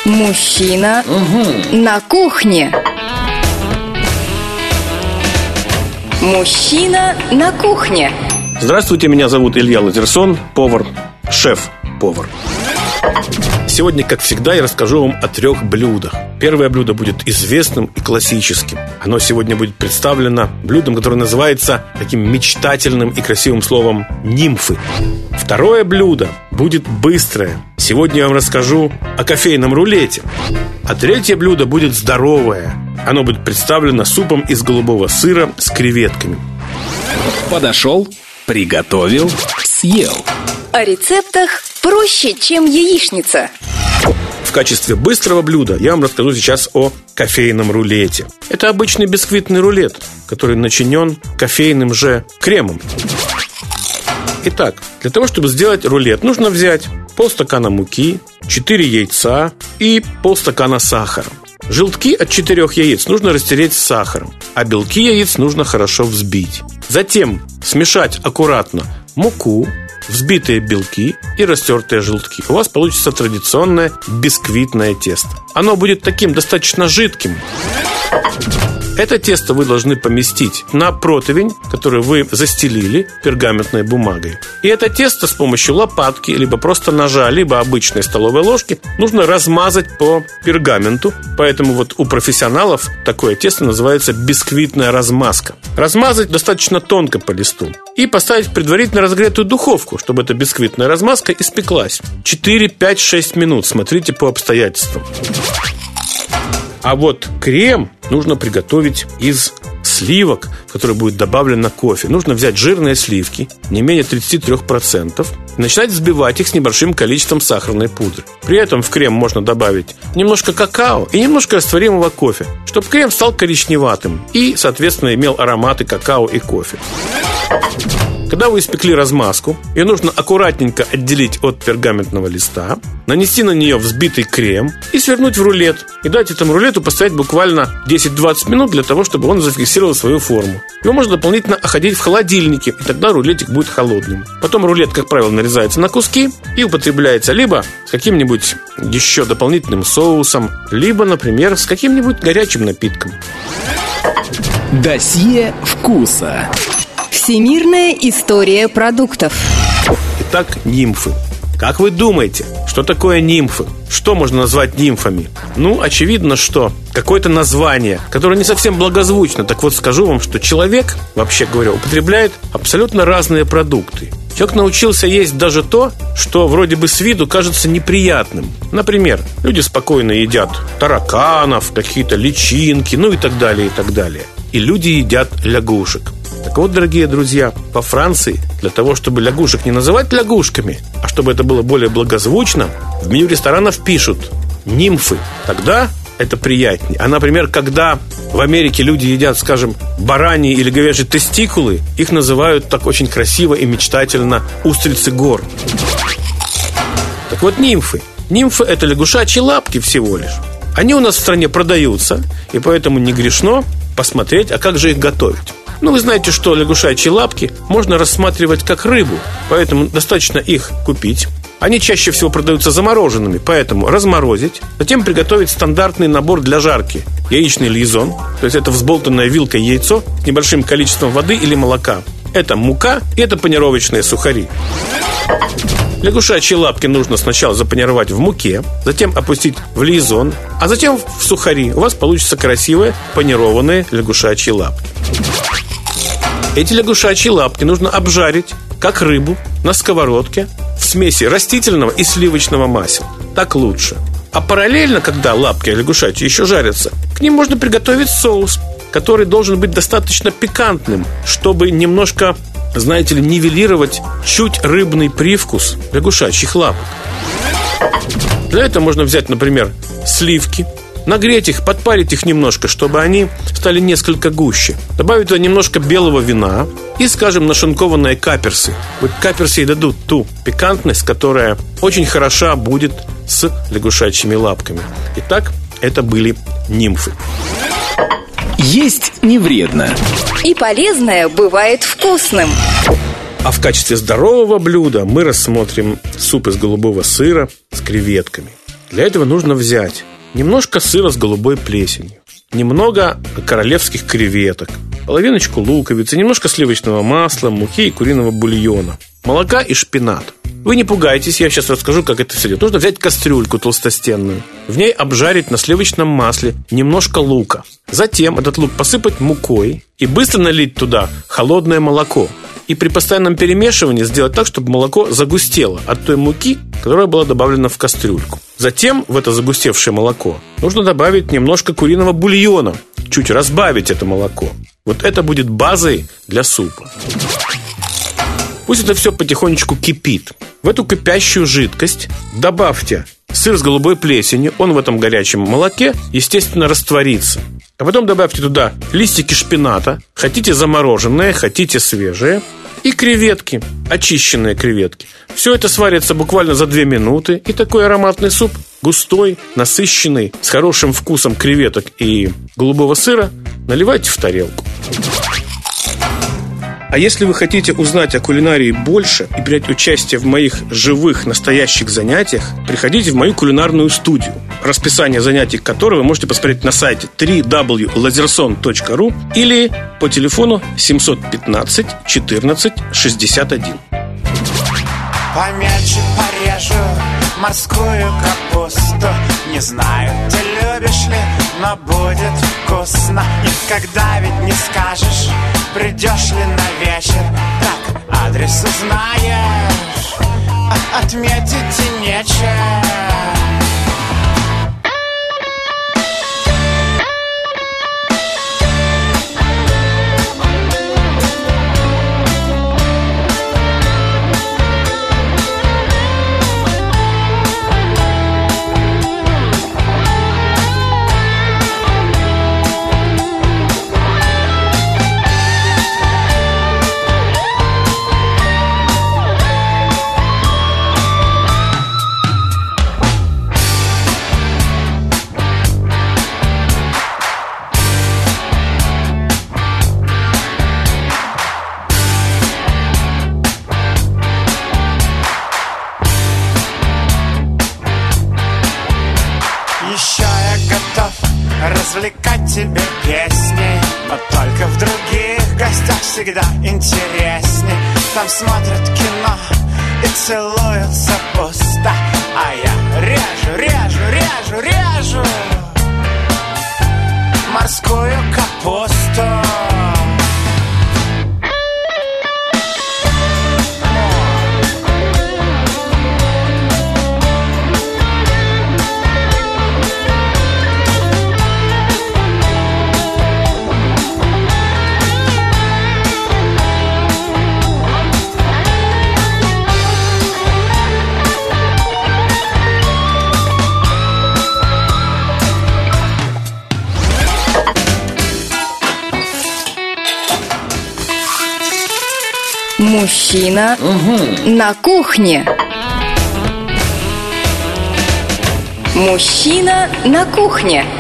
Мужчина на кухне. Мужчина на кухне. Здравствуйте, меня зовут Илья Лазерсон, повар, шеф-повар. Сегодня, как всегда, я расскажу вам о 3 блюдах. Первое блюдо будет известным и классическим. Оно сегодня будет представлено блюдом, которое называется таким мечтательным и красивым словом «нимфы». Второе блюдо будет быстрое. Сегодня я вам расскажу о кофейном рулете. А третье блюдо будет здоровое. Оно будет представлено супом из голубого сыра с креветками. Подошел, приготовил, съел. О рецептах проще, чем яичница. В качестве быстрого блюда я вам расскажу сейчас о кофейном рулете. Это обычный бисквитный рулет, который начинен кофейным же кремом. Итак, для того, чтобы сделать рулет, нужно взять полстакана муки, 4 яйца и полстакана сахара. Желтки от 4 яиц нужно растереть с сахаром, а белки яиц нужно хорошо взбить. Затем смешать аккуратно муку, взбитые белки и растертые желтки. У вас получится традиционное бисквитное тесто. Оно будет таким достаточно жидким. Это тесто вы должны поместить на противень, который вы застелили пергаментной бумагой. И это тесто с помощью лопатки, либо просто ножа, либо обычной столовой ложки нужно размазать по пергаменту. Поэтому вот у профессионалов такое тесто называется бисквитная размазка. Размазать достаточно тонко по листу и поставить в предварительно разогретую духовку, чтобы эта бисквитная размазка испеклась 4, 5, 6 минут. Смотрите по обстоятельствам. А вот крем нужно приготовить из сливок, в которые будет добавлено кофе. Нужно взять жирные сливки, не менее 33%, и начинать взбивать их с небольшим количеством сахарной пудры. При этом в крем можно добавить немножко какао и немножко растворимого кофе, чтобы крем стал коричневатым и, соответственно, имел ароматы какао и кофе. Когда вы испекли размазку, ее нужно аккуратненько отделить от пергаментного листа, нанести на нее взбитый крем и свернуть в рулет. И дать этому рулету постоять буквально 10-20 минут для того, чтобы он зафиксировал свою форму. Его можно дополнительно охладить в холодильнике, и тогда рулетик будет холодным. Потом рулет, как правило, нарезается на куски и употребляется либо с каким-нибудь еще дополнительным соусом, либо, например, с каким-нибудь горячим напитком. Досье вкуса. Всемирная история продуктов. Итак, нимфы. Как вы думаете, что такое нимфы? Что можно назвать нимфами? Ну, очевидно, что какое-то название, которое не совсем благозвучно. Так вот, скажу вам, что человек, вообще говоря, употребляет абсолютно разные продукты. Человек научился есть даже то, что вроде бы с виду кажется неприятным. Например, люди спокойно едят тараканов, какие-то личинки, ну и так далее, и так далее. И люди едят лягушек. Так вот, дорогие друзья, во Франции для того, чтобы лягушек не называть лягушками, а чтобы это было более благозвучно, в меню ресторанов пишут «нимфы». Тогда это приятнее. А, например, когда в Америке люди едят, скажем, бараньи или говяжьи тестикулы, их называют так очень красиво и мечтательно «устрицы гор». Так вот, нимфы. Нимфы – это лягушачьи лапки всего лишь. Они у нас в стране продаются, и поэтому не грешно посмотреть, а как же их готовить. Ну, вы знаете, что лягушачьи лапки можно рассматривать как рыбу, поэтому достаточно их купить. Они чаще всего продаются замороженными, поэтому разморозить, затем приготовить стандартный набор для жарки. Яичный лизон, то есть это взболтанное вилкой яйцо с небольшим количеством воды или молока. Это мука и это панировочные сухари. Лягушачьи лапки нужно сначала запанировать в муке, затем опустить в лизон, а затем в сухари. У вас получатся красивые панированные лягушачьи лапки. Эти лягушачьи лапки нужно обжарить, как рыбу, на сковородке в смеси растительного и сливочного масел. Так лучше. А параллельно, когда лапки лягушачьи еще жарятся, к ним можно приготовить соус, который должен быть достаточно пикантным, чтобы немножко, знаете ли, нивелировать чуть рыбный привкус лягушачьих лапок. Для этого можно взять, например, сливки, нагреть их, подпарить их немножко, чтобы они стали несколько гуще. Добавить туда немножко белого вина и, скажем, нашинкованные каперсы. Вот каперсы и дадут ту пикантность, которая очень хороша будет с лягушачьими лапками. Итак, это были нимфы. Есть не вредно. И полезное бывает вкусным. А в качестве здорового блюда мы рассмотрим суп из голубого сыра с креветками. Для этого нужно взять немножко сыра с голубой плесенью, немного королевских креветок, половиночку луковицы, немножко сливочного масла, муки и куриного бульона, молока и шпинат. Вы не пугайтесь, я сейчас расскажу, как это все делать. Нужно взять кастрюльку толстостенную, в ней обжарить на сливочном масле немножко лука. Затем этот лук посыпать мукой и быстро налить туда холодное молоко. И при постоянном перемешивании сделать так, чтобы молоко загустело от той муки, которая была добавлена в кастрюльку. Затем в это загустевшее молоко нужно добавить немножко куриного бульона, чуть разбавить это молоко. Вот это будет базой для супа. Пусть это все потихонечку кипит. В эту кипящую жидкость добавьте сыр с голубой плесенью. Он в этом горячем молоке, естественно, растворится. А потом добавьте туда листики шпината. Хотите замороженные, хотите свежие. И креветки, очищенные креветки. Все это сварится буквально за 2 минуты. И такой ароматный суп, густой, насыщенный, с хорошим вкусом креветок и голубого сыра, наливайте в тарелку. А если вы хотите узнать о кулинарии больше и принять участие в моих живых, настоящих занятиях, приходите в мою кулинарную студию, расписание занятий которой вы можете посмотреть на сайте www.lazerson.ru или по телефону 715 14 61. Помельче порежу морскую капусту. Не знаю, ты любишь ли, но будет вкусно. Никогда ведь не скажешь, придешь ли на вечер. Так, адрес узнаешь, отметить и нечем. Развлекать тебя песней, но только в других гостях всегда интересней. Там смотрят кино и целуются пусто, а я режу морскую капусту. Мужчина на кухне. Мужчина на кухне.